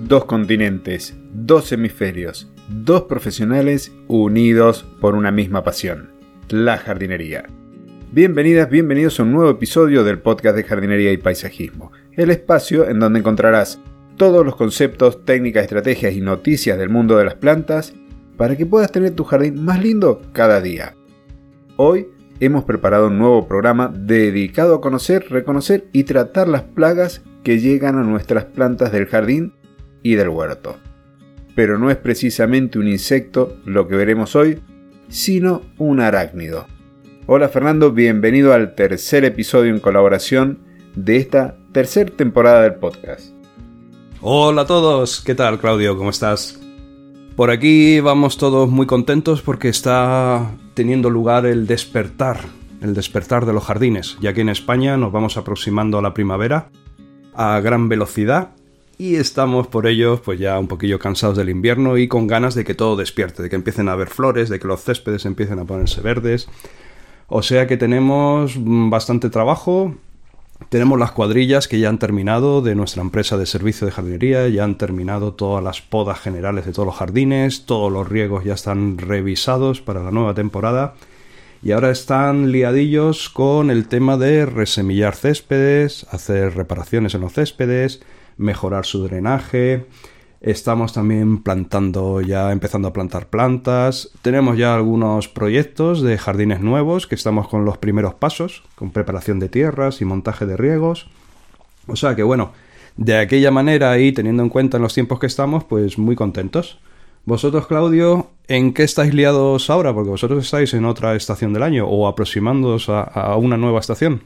2 continentes, 2 hemisferios, 2 profesionales unidos por una misma pasión, la jardinería. Bienvenidas, bienvenidos a un nuevo episodio del podcast de jardinería y paisajismo, el espacio en donde encontrarás todos los conceptos, técnicas, estrategias y noticias del mundo de las plantas para que puedas tener tu jardín más lindo cada día. Hoy hemos preparado un nuevo programa dedicado a conocer, reconocer y tratar las plagas que llegan a nuestras plantas del jardín y del huerto. Pero no es precisamente un insecto lo que veremos hoy, sino un arácnido. Hola Fernando, bienvenido al tercer episodio en colaboración de esta tercera temporada del podcast. Hola a todos, ¿qué tal Claudio? ¿Cómo estás? Por aquí vamos todos muy contentos porque está teniendo lugar el despertar de los jardines, ya que en España nos vamos aproximando a la primavera a gran velocidad y estamos por ello pues ya un poquillo cansados del invierno y con ganas de que todo despierte, de que empiecen a haber flores, de que los céspedes empiecen a ponerse verdes. O sea que tenemos bastante trabajo. Tenemos las cuadrillas que ya han terminado de nuestra empresa de servicio de jardinería, ya han terminado todas las podas generales de todos los jardines, todos los riegos ya están revisados para la nueva temporada y ahora están liadillos con el tema de resemillar céspedes, hacer reparaciones en los céspedes, mejorar su drenaje. Estamos también empezando a plantar plantas. Tenemos ya algunos proyectos de jardines nuevos que estamos con los primeros pasos, con preparación de tierras y montaje de riegos. O sea que bueno, de aquella manera y teniendo en cuenta en los tiempos que estamos, pues muy contentos. Vosotros, Claudio, ¿en qué estáis liados ahora? Porque vosotros estáis en otra estación del año o aproximándoos a una nueva estación.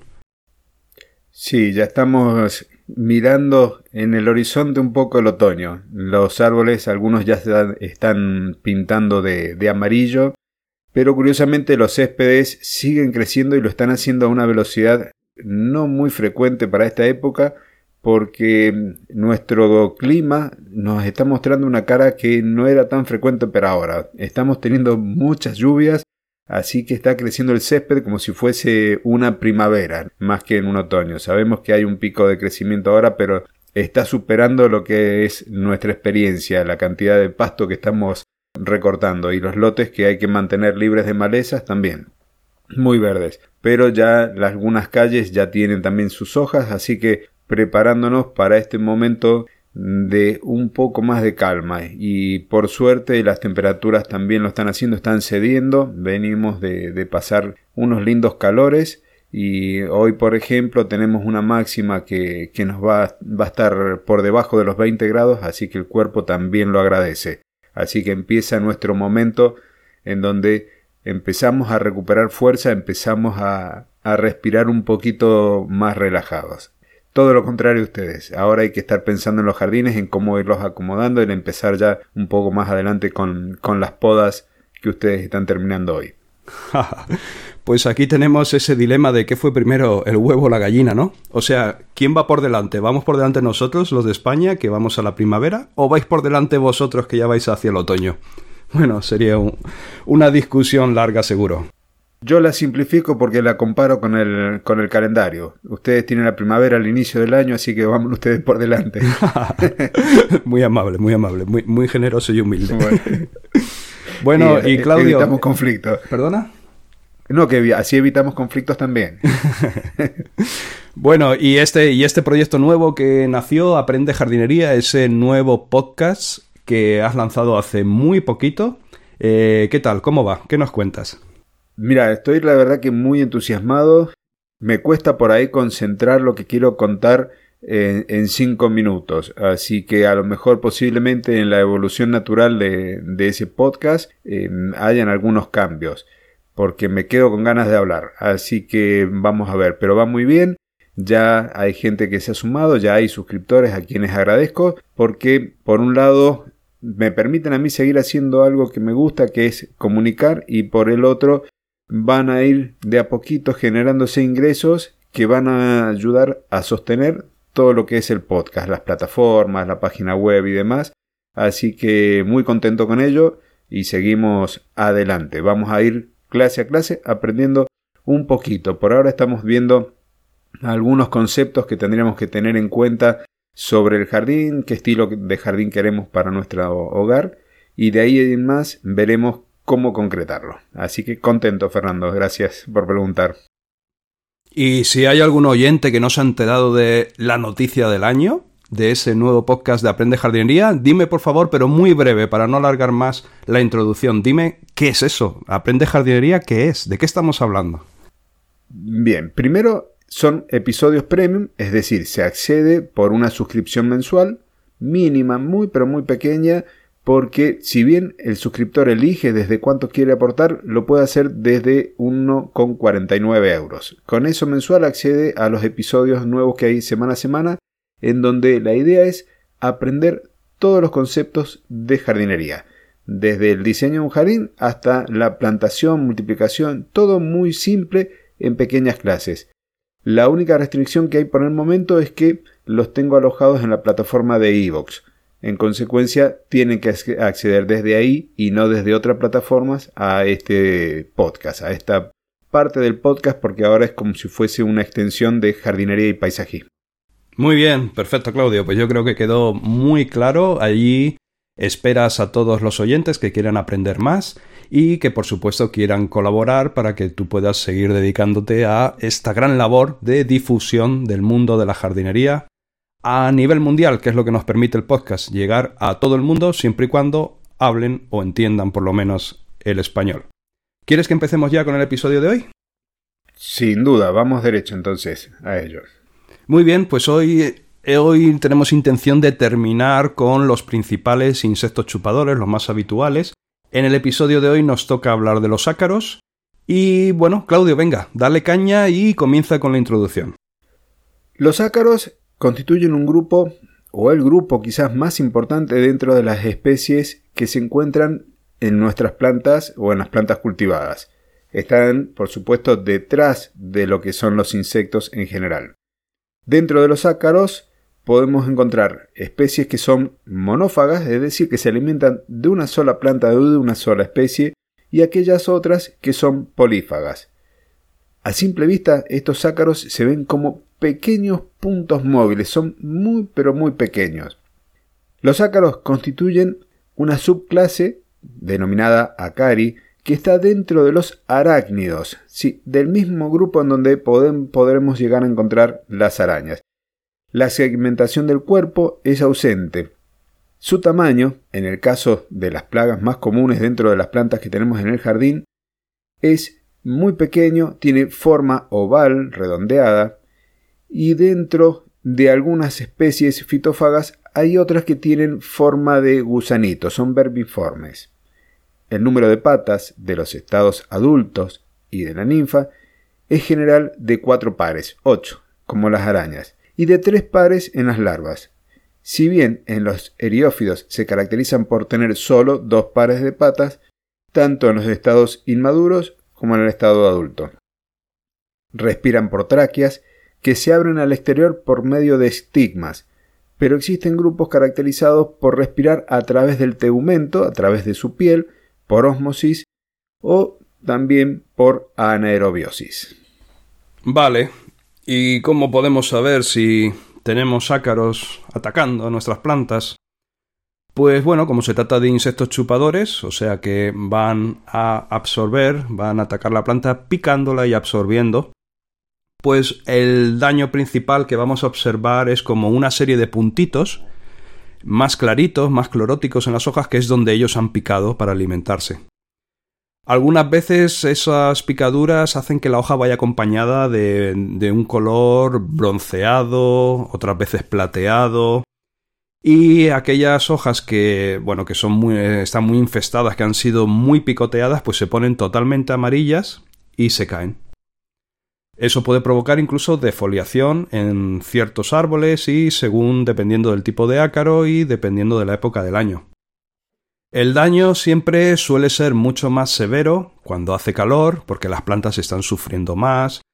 Sí, ya estamos mirando en el horizonte un poco el otoño. Los árboles, algunos ya están pintando de amarillo, pero curiosamente los céspedes siguen creciendo y lo están haciendo a una velocidad no muy frecuente para esta época, porque nuestro clima nos está mostrando una cara que no era tan frecuente para ahora. Estamos teniendo muchas lluvias, así que está creciendo el césped como si fuese una primavera, más que en un otoño. Sabemos que hay un pico de crecimiento ahora, pero está superando lo que es nuestra experiencia, la cantidad de pasto que estamos recortando y los lotes que hay que mantener libres de malezas también, muy verdes. Pero ya algunas calles ya tienen también sus hojas, así que preparándonos para este momento de un poco más de calma y por suerte las temperaturas también lo están haciendo, están cediendo. Venimos de pasar unos lindos calores y hoy por ejemplo tenemos una máxima que nos va a estar por debajo de los 20 grados, así que el cuerpo también lo agradece. Así que empieza nuestro momento en donde empezamos a recuperar fuerza, empezamos a respirar un poquito más relajados. Todo lo contrario a ustedes. Ahora hay que estar pensando en los jardines, en cómo irlos acomodando, en empezar ya un poco más adelante con las podas que ustedes están terminando hoy. Pues aquí tenemos ese dilema de qué fue primero, el huevo o la gallina, ¿no? O sea, ¿quién va por delante? ¿Vamos por delante nosotros, los de España, que vamos a la primavera? ¿O vais por delante vosotros, que ya vais hacia el otoño? Bueno, sería una discusión larga seguro. Yo la simplifico porque la comparo con el calendario. Ustedes tienen la primavera al inicio del año, así que vamos ustedes por delante. Muy amable, muy generoso y humilde. Bueno, y Claudio... Evitamos conflictos. ¿Perdona? No, que así evitamos conflictos también. Bueno, y este proyecto nuevo que nació, Aprende Jardinería, ese nuevo podcast que has lanzado hace muy poquito. ¿Qué tal? ¿Cómo va? ¿Qué nos cuentas? Mira, estoy la verdad que muy entusiasmado. Me cuesta por ahí concentrar lo que quiero contar en 5 minutos. Así que a lo mejor posiblemente en la evolución natural de ese podcast hayan algunos cambios. Porque me quedo con ganas de hablar. Así que vamos a ver. Pero va muy bien. Ya hay gente que se ha sumado. Ya hay suscriptores a quienes agradezco. Porque por un lado me permiten a mí seguir haciendo algo que me gusta, que es comunicar. Y por el otro van a ir de a poquito generándose ingresos que van a ayudar a sostener todo lo que es el podcast, las plataformas, la página web y demás. Así que muy contento con ello y seguimos adelante. Vamos a ir clase a clase aprendiendo un poquito. Por ahora estamos viendo algunos conceptos que tendríamos que tener en cuenta sobre el jardín, qué estilo de jardín queremos para nuestro hogar, y de ahí en más veremos cómo concretarlo. Así que contento, Fernando, gracias por preguntar. Y si hay algún oyente que no se ha enterado de la noticia del año, de ese nuevo podcast de Aprende Jardinería, dime por favor, pero muy breve, para no alargar más la introducción, dime qué es eso. Aprende Jardinería, ¿qué es? ¿De qué estamos hablando? Bien, primero son episodios premium, es decir, se accede por una suscripción mensual mínima, muy pero muy pequeña, porque si bien el suscriptor elige desde cuánto quiere aportar, lo puede hacer desde 1,49 euros. Con eso mensual accede a los episodios nuevos que hay semana a semana, en donde la idea es aprender todos los conceptos de jardinería, desde el diseño de un jardín hasta la plantación, multiplicación, todo muy simple en pequeñas clases. La única restricción que hay por el momento es que los tengo alojados en la plataforma de iVoox. En consecuencia, tienen que acceder desde ahí y no desde otras plataformas a este podcast, a esta parte del podcast, porque ahora es como si fuese una extensión de jardinería y paisajismo. Muy bien, perfecto, Claudio. Pues yo creo que quedó muy claro. Allí esperas a todos los oyentes que quieran aprender más y que por supuesto quieran colaborar para que tú puedas seguir dedicándote a esta gran labor de difusión del mundo de la jardinería a nivel mundial, que es lo que nos permite el podcast, llegar a todo el mundo siempre y cuando hablen o entiendan por lo menos el español. ¿Quieres que empecemos ya con el episodio de hoy? Sin duda, vamos derecho entonces a ello. Muy bien, pues hoy tenemos intención de terminar con los principales insectos chupadores, los más habituales. En el episodio de hoy nos toca hablar de los ácaros. Y bueno, Claudio, venga, dale caña y comienza con la introducción. Los ácaros constituyen un grupo, o el grupo quizás más importante dentro de las especies que se encuentran en nuestras plantas o en las plantas cultivadas. Están, por supuesto, detrás de lo que son los insectos en general. Dentro de los ácaros podemos encontrar especies que son monófagas, es decir, que se alimentan de una sola planta o de una sola especie, y aquellas otras que son polífagas. A simple vista, estos ácaros se ven como pequeños puntos móviles, son muy pero muy pequeños. Los ácaros constituyen una subclase denominada Acari, que está dentro de los arácnidos, sí, del mismo grupo en donde podremos llegar a encontrar las arañas. La segmentación del cuerpo es ausente. Su tamaño, en el caso de las plagas más comunes dentro de las plantas que tenemos en el jardín, es muy pequeño, tiene forma oval, redondeada, y dentro de algunas especies fitófagas hay otras que tienen forma de gusanito, son vermiformes. El número de patas de los estados adultos y de la ninfa es general de 4 pares, 8, como las arañas, y de 3 pares en las larvas. Si bien en los eriófidos se caracterizan por tener solo 2 pares de patas, tanto en los estados inmaduros como en el estado adulto. Respiran por tráqueas que se abren al exterior por medio de estigmas, pero existen grupos caracterizados por respirar a través del tegumento, a través de su piel, por ósmosis o también por anaerobiosis. Vale, ¿y cómo podemos saber si tenemos ácaros atacando a nuestras plantas? Pues bueno, como se trata de insectos chupadores, o sea que van a absorber, van a atacar la planta picándola y absorbiendo, pues el daño principal que vamos a observar es como una serie de puntitos más claritos, más cloróticos en las hojas, que es donde ellos han picado para alimentarse. Algunas veces esas picaduras hacen que la hoja vaya acompañada de un color bronceado, otras veces plateado, y aquellas hojas que están muy infestadas, que han sido muy picoteadas, pues se ponen totalmente amarillas y se caen. Eso puede provocar incluso defoliación en ciertos árboles y dependiendo del tipo de ácaro y dependiendo de la época del año. El daño siempre suele ser mucho más severo cuando hace calor, porque las plantas están sufriendo más,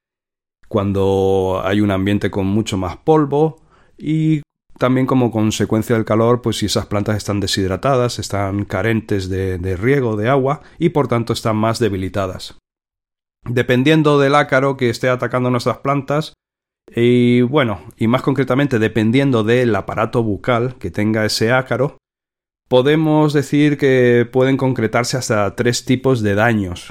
cuando hay un ambiente con mucho más polvo y también como consecuencia del calor, pues si esas plantas están deshidratadas, están carentes de riego, de agua y por tanto están más debilitadas. Dependiendo del ácaro que esté atacando nuestras plantas Y bueno, y más concretamente, dependiendo del aparato bucal que tenga ese ácaro, podemos decir que pueden concretarse hasta 3 tipos de daños.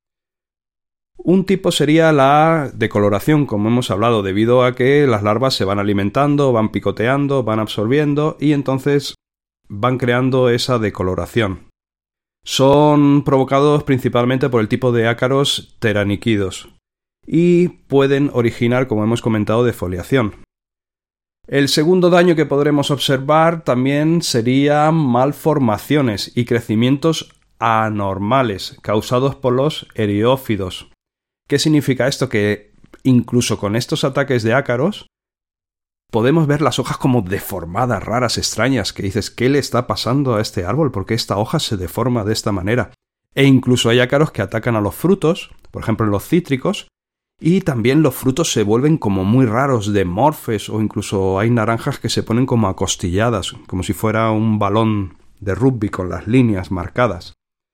Un tipo sería la decoloración, como hemos hablado, debido a que las larvas se van alimentando, van picoteando, van absorbiendo y entonces van creando esa decoloración. Son provocados principalmente por el tipo de ácaros teraniquidos y pueden originar, como hemos comentado, defoliación. El segundo daño que podremos observar también serían malformaciones y crecimientos anormales causados por los eriófidos. ¿Qué significa esto? Que incluso con estos ataques de ácaros podemos ver las hojas como deformadas, raras, extrañas, que dices, ¿qué le está pasando a este árbol? ¿Por qué esta hoja se deforma de esta manera? E incluso hay ácaros que atacan a los frutos, por ejemplo en los cítricos, y también los frutos se vuelven como muy raros, demorfes, o incluso hay naranjas que se ponen como acostilladas, como si fuera un balón de rugby con las líneas marcadas.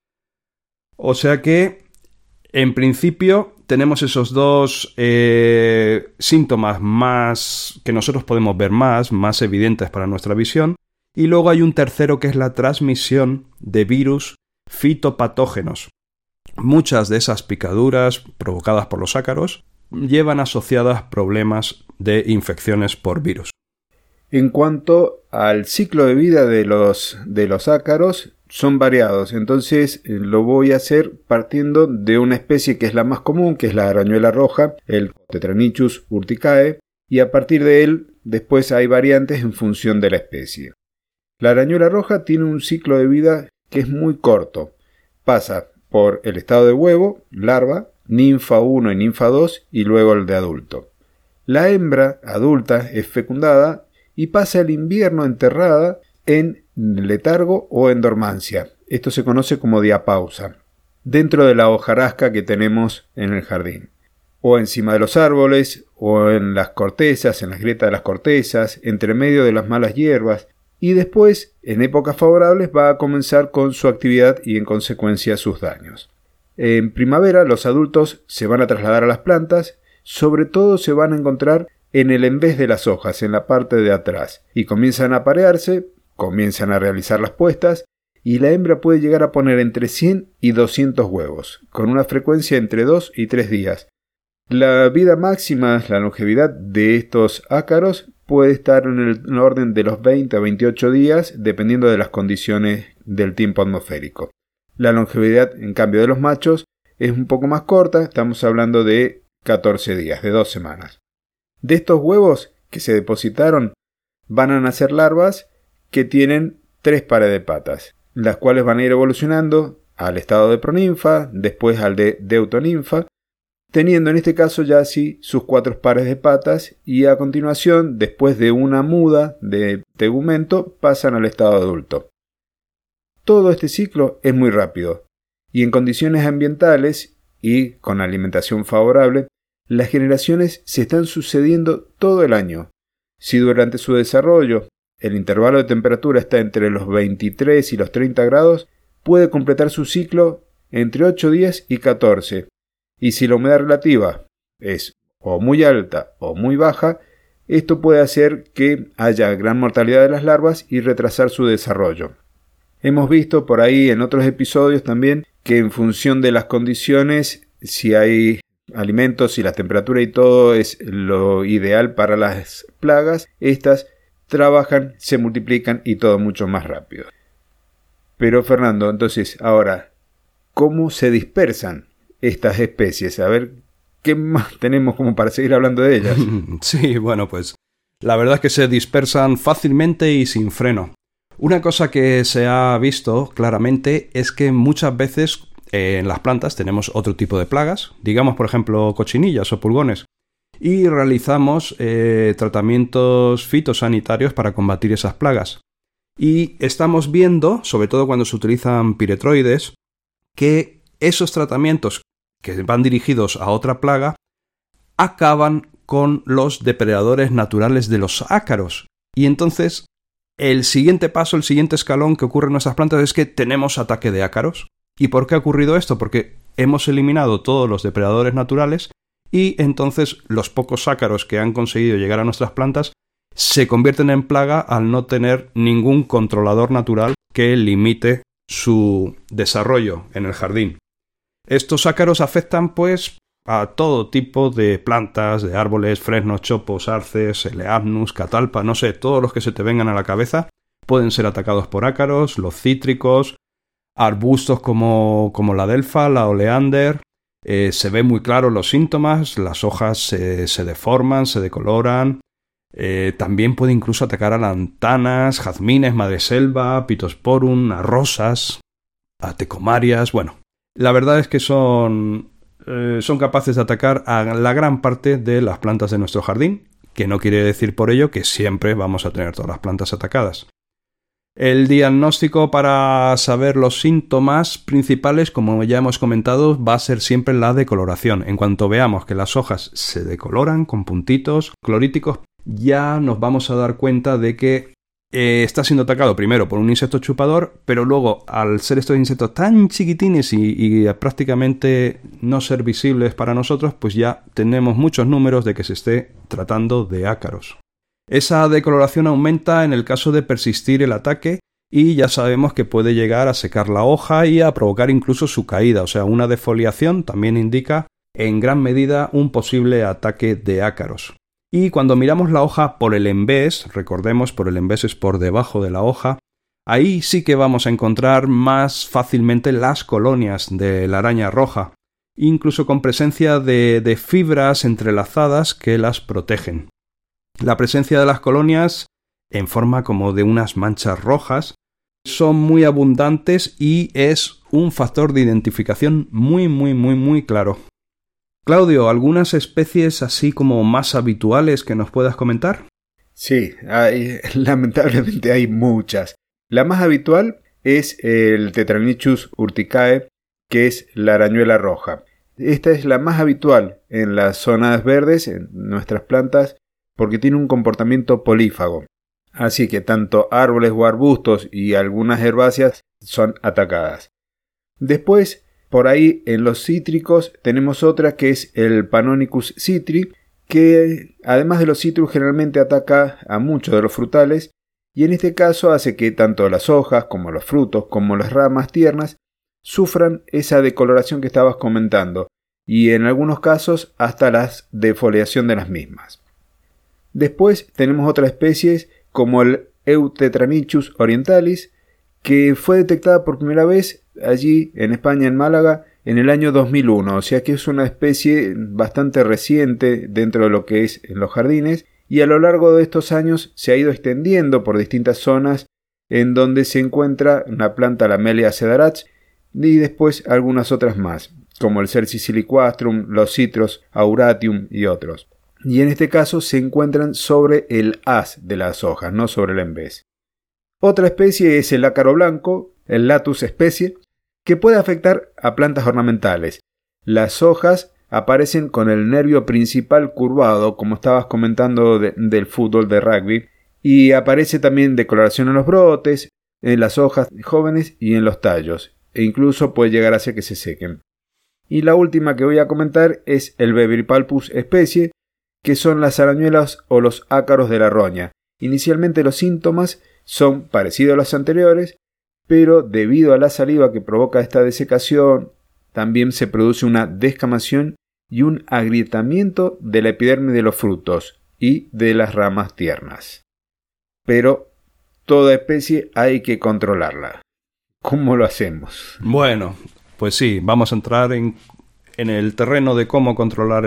O sea que, en principio, tenemos esos dos síntomas más que nosotros podemos ver más evidentes para nuestra visión, y luego hay un tercero que es la transmisión de virus fitopatógenos. Muchas de esas picaduras provocadas por los ácaros llevan asociadas problemas de infecciones por virus. En cuanto al ciclo de vida de los ácaros, son variados, entonces lo voy a hacer partiendo de una especie que es la más común, que es la arañuela roja, el Tetranychus urticae, y a partir de él después hay variantes en función de la especie. La arañuela roja tiene un ciclo de vida que es muy corto, pasa por el estado de huevo, larva, ninfa 1 y ninfa 2 y luego el de adulto. La hembra adulta es fecundada y pasa el invierno enterrada en letargo o en dormancia. Esto se conoce como diapausa, dentro de la hojarasca que tenemos en el jardín, o encima de los árboles, o en las cortezas, en las grietas de las cortezas, entre medio de las malas hierbas, y después, en épocas favorables, va a comenzar con su actividad y en consecuencia sus daños. En primavera los adultos se van a trasladar a las plantas, sobre todo se van a encontrar en el envés de las hojas, en la parte de atrás, y comienzan a aparearse, comienzan a realizar las puestas, y la hembra puede llegar a poner entre 100 y 200 huevos, con una frecuencia entre 2 y 3 días. La vida máxima, la longevidad de estos ácaros puede estar en el orden de los 20 a 28 días, dependiendo de las condiciones del tiempo atmosférico. La longevidad, en cambio, de los machos es un poco más corta, estamos hablando de 14 días, de 2 semanas. De estos huevos que se depositaron, van a nacer larvas que tienen 3 pares de patas, las cuales van a ir evolucionando al estado de proninfa, después al de deutoninfa, teniendo en este caso ya así sus 4 pares de patas y a continuación, después de una muda de tegumento, pasan al estado adulto. Todo este ciclo es muy rápido y en condiciones ambientales y con alimentación favorable, las generaciones se están sucediendo todo el año. Si durante su desarrollo el intervalo de temperatura está entre los 23 y los 30 grados, puede completar su ciclo entre 8 días y 14. Y si la humedad relativa es o muy alta o muy baja, esto puede hacer que haya gran mortalidad de las larvas y retrasar su desarrollo. Hemos visto por ahí en otros episodios también que en función de las condiciones, si hay alimentos, si la temperatura y todo es lo ideal para las plagas, estas trabajan, se multiplican y todo mucho más rápido. Pero Fernando, entonces, ahora, ¿cómo se dispersan estas especies? A ver, ¿qué más tenemos como para seguir hablando de ellas? Sí, bueno, pues la verdad es que se dispersan fácilmente y sin freno. Una cosa que se ha visto claramente es que muchas veces en las plantas tenemos otro tipo de plagas, digamos por ejemplo cochinillas o pulgones, y realizamos tratamientos fitosanitarios para combatir esas plagas. Y estamos viendo, sobre todo cuando se utilizan piretroides, que esos tratamientos que van dirigidos a otra plaga acaban con los depredadores naturales de los ácaros. Y entonces el siguiente paso, el siguiente escalón que ocurre en nuestras plantas es que tenemos ataque de ácaros. ¿Y por qué ha ocurrido esto? Porque hemos eliminado todos los depredadores naturales y entonces los pocos ácaros que han conseguido llegar a nuestras plantas se convierten en plaga al no tener ningún controlador natural que limite su desarrollo en el jardín. Estos ácaros afectan pues a todo tipo de plantas, de árboles, fresnos, chopos, arces, eleagnus, catalpa, no sé, todos los que se te vengan a la cabeza pueden ser atacados por ácaros, los cítricos, arbustos como la delfa, la oleander. Se ven muy claros los síntomas, las hojas se deforman, se decoloran. También puede incluso atacar a lantanas, jazmines, madreselva, pittosporum, a rosas, a tecomarias. Bueno, la verdad es que son capaces de atacar a la gran parte de las plantas de nuestro jardín, que no quiere decir por ello que siempre vamos a tener todas las plantas atacadas. El diagnóstico para saber los síntomas principales, como ya hemos comentado, va a ser siempre la decoloración. En cuanto veamos que las hojas se decoloran con puntitos cloríticos, ya nos vamos a dar cuenta de que está siendo atacado primero por un insecto chupador, pero luego, al ser estos insectos tan chiquitines y prácticamente no ser visibles para nosotros, pues ya tenemos muchos números de que se esté tratando de ácaros. Esa decoloración aumenta en el caso de persistir el ataque y ya sabemos que puede llegar a secar la hoja y a provocar incluso su caída, o sea, una defoliación también indica en gran medida un posible ataque de ácaros. Y cuando miramos la hoja por el envés, recordemos, por el envés es por debajo de la hoja, ahí sí que vamos a encontrar más fácilmente las colonias de la araña roja, incluso con presencia de fibras entrelazadas que las protegen. La presencia de las colonias, en forma como de unas manchas rojas, son muy abundantes y es un factor de identificación muy claro. Claudio, ¿algunas especies así como más habituales que nos puedas comentar? Sí, lamentablemente hay muchas. La más habitual es el Tetranychus urticae, que es la arañuela roja. Esta es la más habitual en las zonas verdes, en nuestras plantas, porque tiene un comportamiento polífago. Así que tanto árboles o arbustos y algunas herbáceas son atacadas. Después, por ahí en los cítricos tenemos otra que es el Panonicus citri, que además de los citrus generalmente ataca a muchos de los frutales y en este caso hace que tanto las hojas como los frutos como las ramas tiernas sufran esa decoloración que estabas comentando y en algunos casos hasta la defoliación de las mismas. Después tenemos otras especies como el Eutetranychus orientalis, que fue detectada por primera vez allí en España, en Málaga, en el año 2001, o sea que es una especie bastante reciente dentro de lo que es en los jardines, y a lo largo de estos años se ha ido extendiendo por distintas zonas en donde se encuentra una planta, la Melia cedarach, y después algunas otras más, como el Cercis siliquastrum, los Citros auratium y otros. Y en este caso se encuentran sobre el haz de las hojas, no sobre el envés. Otra especie es el ácaro blanco, el Latus especie, que puede afectar a plantas ornamentales. Las hojas aparecen con el nervio principal curvado, como estabas comentando del fútbol de rugby, y aparece también decoloración en los brotes, en las hojas jóvenes y en los tallos, e incluso puede llegar a hacer que se sequen. Y la última que voy a comentar es el Beviripalpus especie, que son las arañuelas o los ácaros de la roña. Inicialmente los síntomas son parecidos a los anteriores, pero debido a la saliva que provoca esta desecación, también se produce una descamación y un agrietamiento de la epidermis de los frutos y de las ramas tiernas. Pero toda especie hay que controlarla. ¿Cómo lo hacemos? Bueno, pues sí, vamos a entrar en el terreno de cómo controlar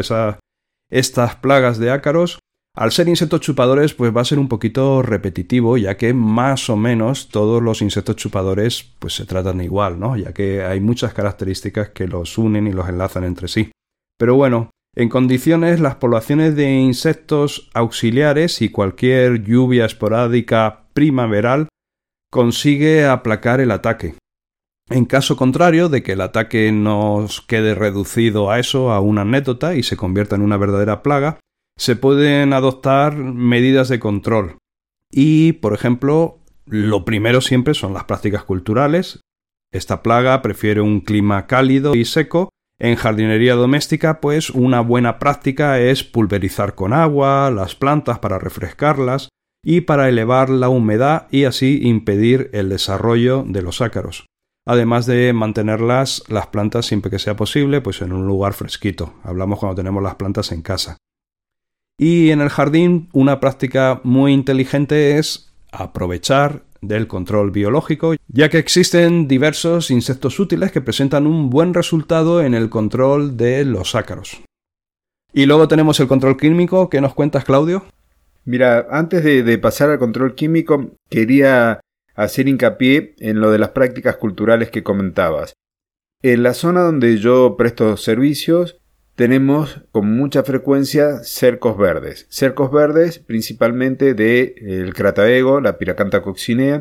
estas plagas de ácaros. Al ser insectos chupadores, pues va a ser un poquito repetitivo, ya que más o menos todos los insectos chupadores pues se tratan igual, ¿no? Ya que hay muchas características que los unen y los enlazan entre sí. Pero bueno, en condiciones las poblaciones de insectos auxiliares y cualquier lluvia esporádica primaveral consigue aplacar el ataque. En caso contrario de que el ataque nos quede reducido a eso, a una anécdota, y se convierta en una verdadera plaga, se pueden adoptar medidas de control. Y, por ejemplo, lo primero siempre son las prácticas culturales. Esta plaga prefiere un clima cálido y seco, En jardinería doméstica, pues una buena práctica es pulverizar con agua las plantas para refrescarlas y para elevar la humedad y así impedir el desarrollo de los ácaros. Además de mantenerlas, las plantas, siempre que sea posible, pues en un lugar fresquito. Hablamos cuando tenemos las plantas en casa. Y en el jardín, una práctica muy inteligente es aprovechar del control biológico, ya que existen diversos insectos útiles que presentan un buen resultado en el control de los ácaros. Y luego tenemos el control químico. ¿Qué nos cuentas, Claudio? Mira, antes de pasar al control químico, quería hacer hincapié en lo de las prácticas culturales que comentabas. En la zona donde yo presto servicios, tenemos con mucha frecuencia cercos verdes principalmente del crataego, la Pyracantha coccinea,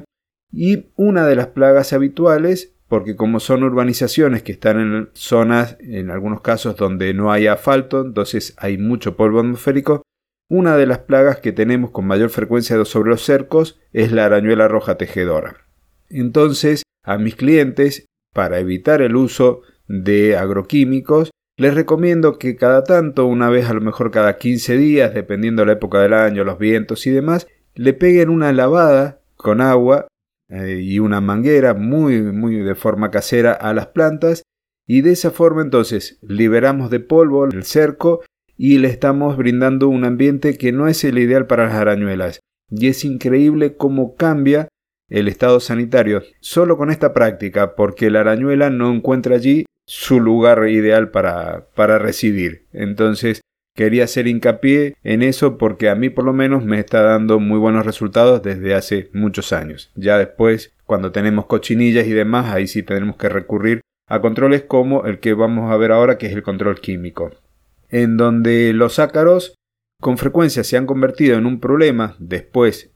y una de las plagas habituales, porque como son urbanizaciones que están en zonas, en algunos casos donde no hay asfalto, entonces hay mucho polvo atmosférico, una de las plagas que tenemos con mayor frecuencia sobre los cercos es la arañuela roja tejedora. Entonces, a mis clientes, para evitar el uso de agroquímicos, les recomiendo que cada tanto, una vez a lo mejor cada 15 días, dependiendo de la época del año, los vientos y demás, le peguen una lavada con agua y una manguera muy de forma casera a las plantas, y de esa forma entonces liberamos de polvo el cerco y le estamos brindando un ambiente que no es el ideal para las arañuelas. Y es increíble cómo cambia el estado sanitario solo con esta práctica, porque la arañuela no encuentra allí su lugar ideal para residir. Entonces quería hacer hincapié en eso porque a mí por lo menos me está dando muy buenos resultados desde hace muchos años. Ya después, cuando tenemos cochinillas y demás, ahí sí tenemos que recurrir a controles como el que vamos a ver ahora, que es el control químico, en donde los ácaros con frecuencia se han convertido en un problema después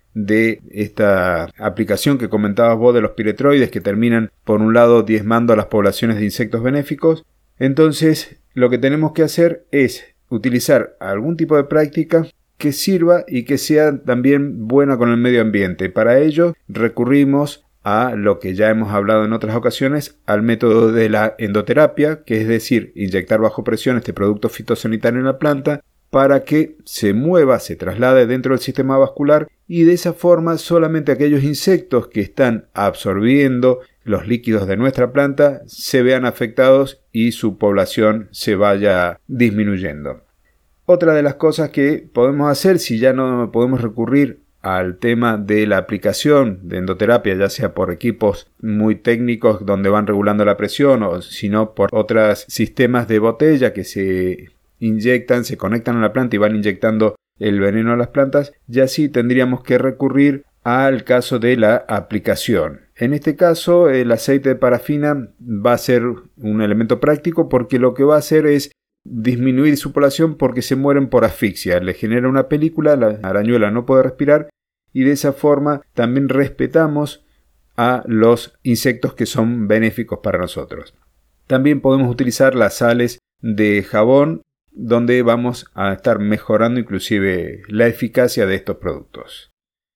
de esta aplicación que comentabas vos de los piretroides, que terminan por un lado diezmando a las poblaciones de insectos benéficos. Entonces lo que tenemos que hacer es utilizar algún tipo de práctica que sirva y que sea también buena con el medio ambiente. Para ello recurrimos a lo que ya hemos hablado en otras ocasiones, al método de la endoterapia, que es decir, inyectar bajo presión este producto fitosanitario en la planta para que se mueva, se traslade dentro del sistema vascular, y de esa forma solamente aquellos insectos que están absorbiendo los líquidos de nuestra planta se vean afectados y su población se vaya disminuyendo. Otra de las cosas que podemos hacer, si ya no podemos recurrir al tema de la aplicación de endoterapia, ya sea por equipos muy técnicos donde van regulando la presión, o si no por otros sistemas de botella que se inyectan, se conectan a la planta y van inyectando el veneno a las plantas, ya sí tendríamos que recurrir al caso de la aplicación. En este caso, el aceite de parafina va a ser un elemento práctico porque lo que va a hacer es disminuir su población porque se mueren por asfixia. Le genera una película, la arañuela no puede respirar y de esa forma también respetamos a los insectos que son benéficos para nosotros. También podemos utilizar las sales de jabón, donde vamos a estar mejorando inclusive la eficacia de estos productos.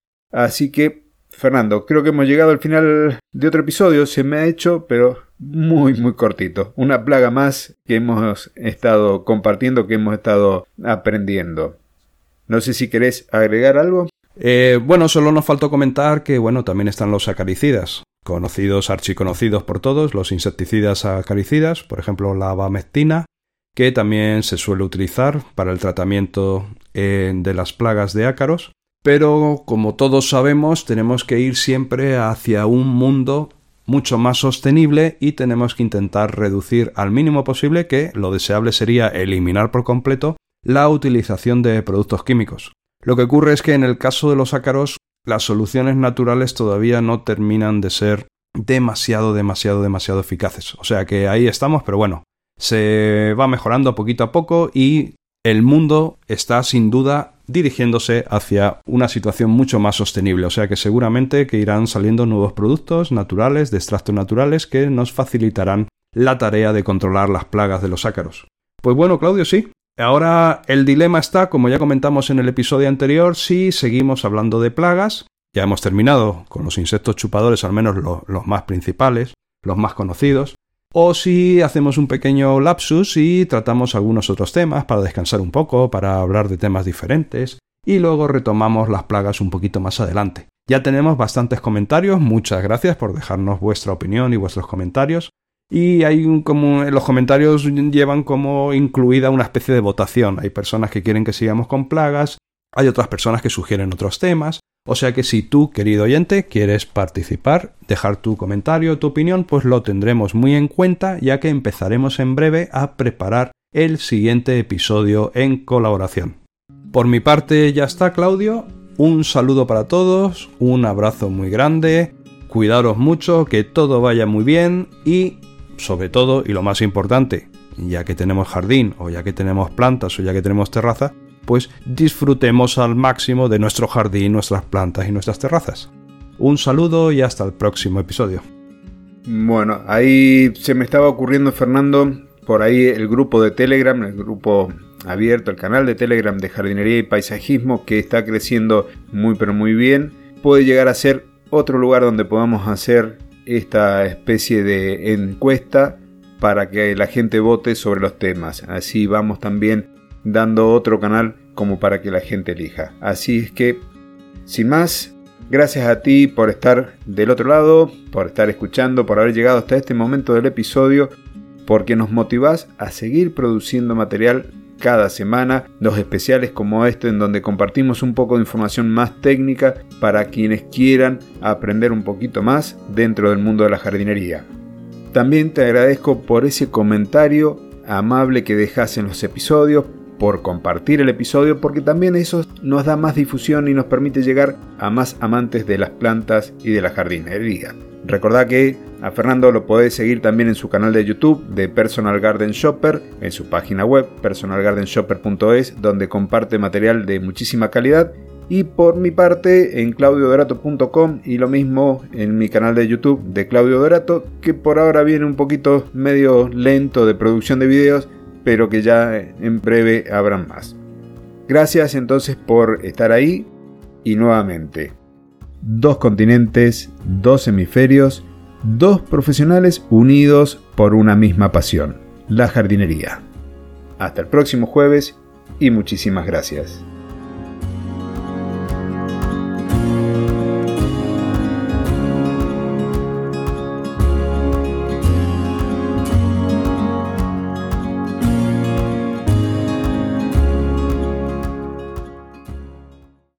Así que, Fernando, creo que hemos llegado al final de otro episodio. Se me ha hecho, pero muy cortito. Una plaga más que hemos estado compartiendo, que hemos estado aprendiendo. No sé si querés agregar algo. Bueno, solo nos faltó comentar que, también están los acaricidas, archiconocidos por todos, los insecticidas acaricidas, por ejemplo la abamectina, que también se suele utilizar para el tratamiento de las plagas de ácaros. Pero, como todos sabemos, tenemos que ir siempre hacia un mundo mucho más sostenible y tenemos que intentar reducir al mínimo posible, que lo deseable sería eliminar por completo la utilización de productos químicos. Lo que ocurre es que en el caso de los ácaros, las soluciones naturales todavía no terminan de ser demasiado eficaces. O sea que ahí estamos, pero se va mejorando poquito a poco y el mundo está sin duda dirigiéndose hacia una situación mucho más sostenible. O sea que seguramente que irán saliendo nuevos productos naturales, de extractos naturales, que nos facilitarán la tarea de controlar las plagas de los ácaros. Pues Claudio, sí. Ahora el dilema está, como ya comentamos en el episodio anterior, si seguimos hablando de plagas. Ya hemos terminado con los insectos chupadores, al menos los más principales, los más conocidos. o si hacemos un pequeño lapsus y tratamos algunos otros temas para descansar un poco, para hablar de temas diferentes, y luego retomamos las plagas un poquito más adelante. Ya tenemos bastantes comentarios, muchas gracias por dejarnos vuestra opinión y vuestros comentarios. Y los comentarios llevan como incluida una especie de votación. Hay personas que quieren que sigamos con plagas, hay otras personas que sugieren otros temas. O sea que si tú, querido oyente, quieres participar, dejar tu comentario, tu opinión, pues lo tendremos muy en cuenta, ya que empezaremos en breve a preparar el siguiente episodio en colaboración. Por mi parte ya está, Claudio. Un saludo para todos, un abrazo muy grande, cuidaros mucho, que todo vaya muy bien y, sobre todo, y lo más importante, ya que tenemos jardín, o ya que tenemos plantas, o ya que tenemos terraza, pues disfrutemos al máximo de nuestro jardín, nuestras plantas y nuestras terrazas. Un saludo y hasta el próximo episodio. Bueno, ahí se me estaba ocurriendo, Fernando, por ahí el grupo de Telegram, el grupo abierto, el canal de Telegram de jardinería y paisajismo, que está creciendo muy pero muy bien, puede llegar a ser otro lugar donde podamos hacer esta especie de encuesta para que la gente vote sobre los temas. Así vamos también dando otro canal como para que la gente elija. Así es que, sin más, gracias a ti por estar del otro lado, por estar escuchando, por haber llegado hasta este momento del episodio, porque nos motivás a seguir produciendo material cada semana, los especiales como este en donde compartimos un poco de información más técnica para quienes quieran aprender un poquito más dentro del mundo de la jardinería. También te agradezco por ese comentario amable que dejas en los episodios, por compartir el episodio, porque también eso nos da más difusión y nos permite llegar a más amantes de las plantas y de la jardinería. Recordá que a Fernando lo podés seguir también en su canal de YouTube de Personal Garden Shopper, en su página web personalgardenshopper.es, donde comparte material de muchísima calidad, y por mi parte en claudiodorato.com, y lo mismo en mi canal de YouTube de Claudio Dorato, que por ahora viene un poquito medio lento de producción de videos, pero que ya en breve habrán más. Gracias entonces por estar ahí, y nuevamente, 2 continentes, 2 hemisferios, 2 profesionales unidos por una misma pasión, la jardinería. Hasta el próximo jueves y muchísimas gracias.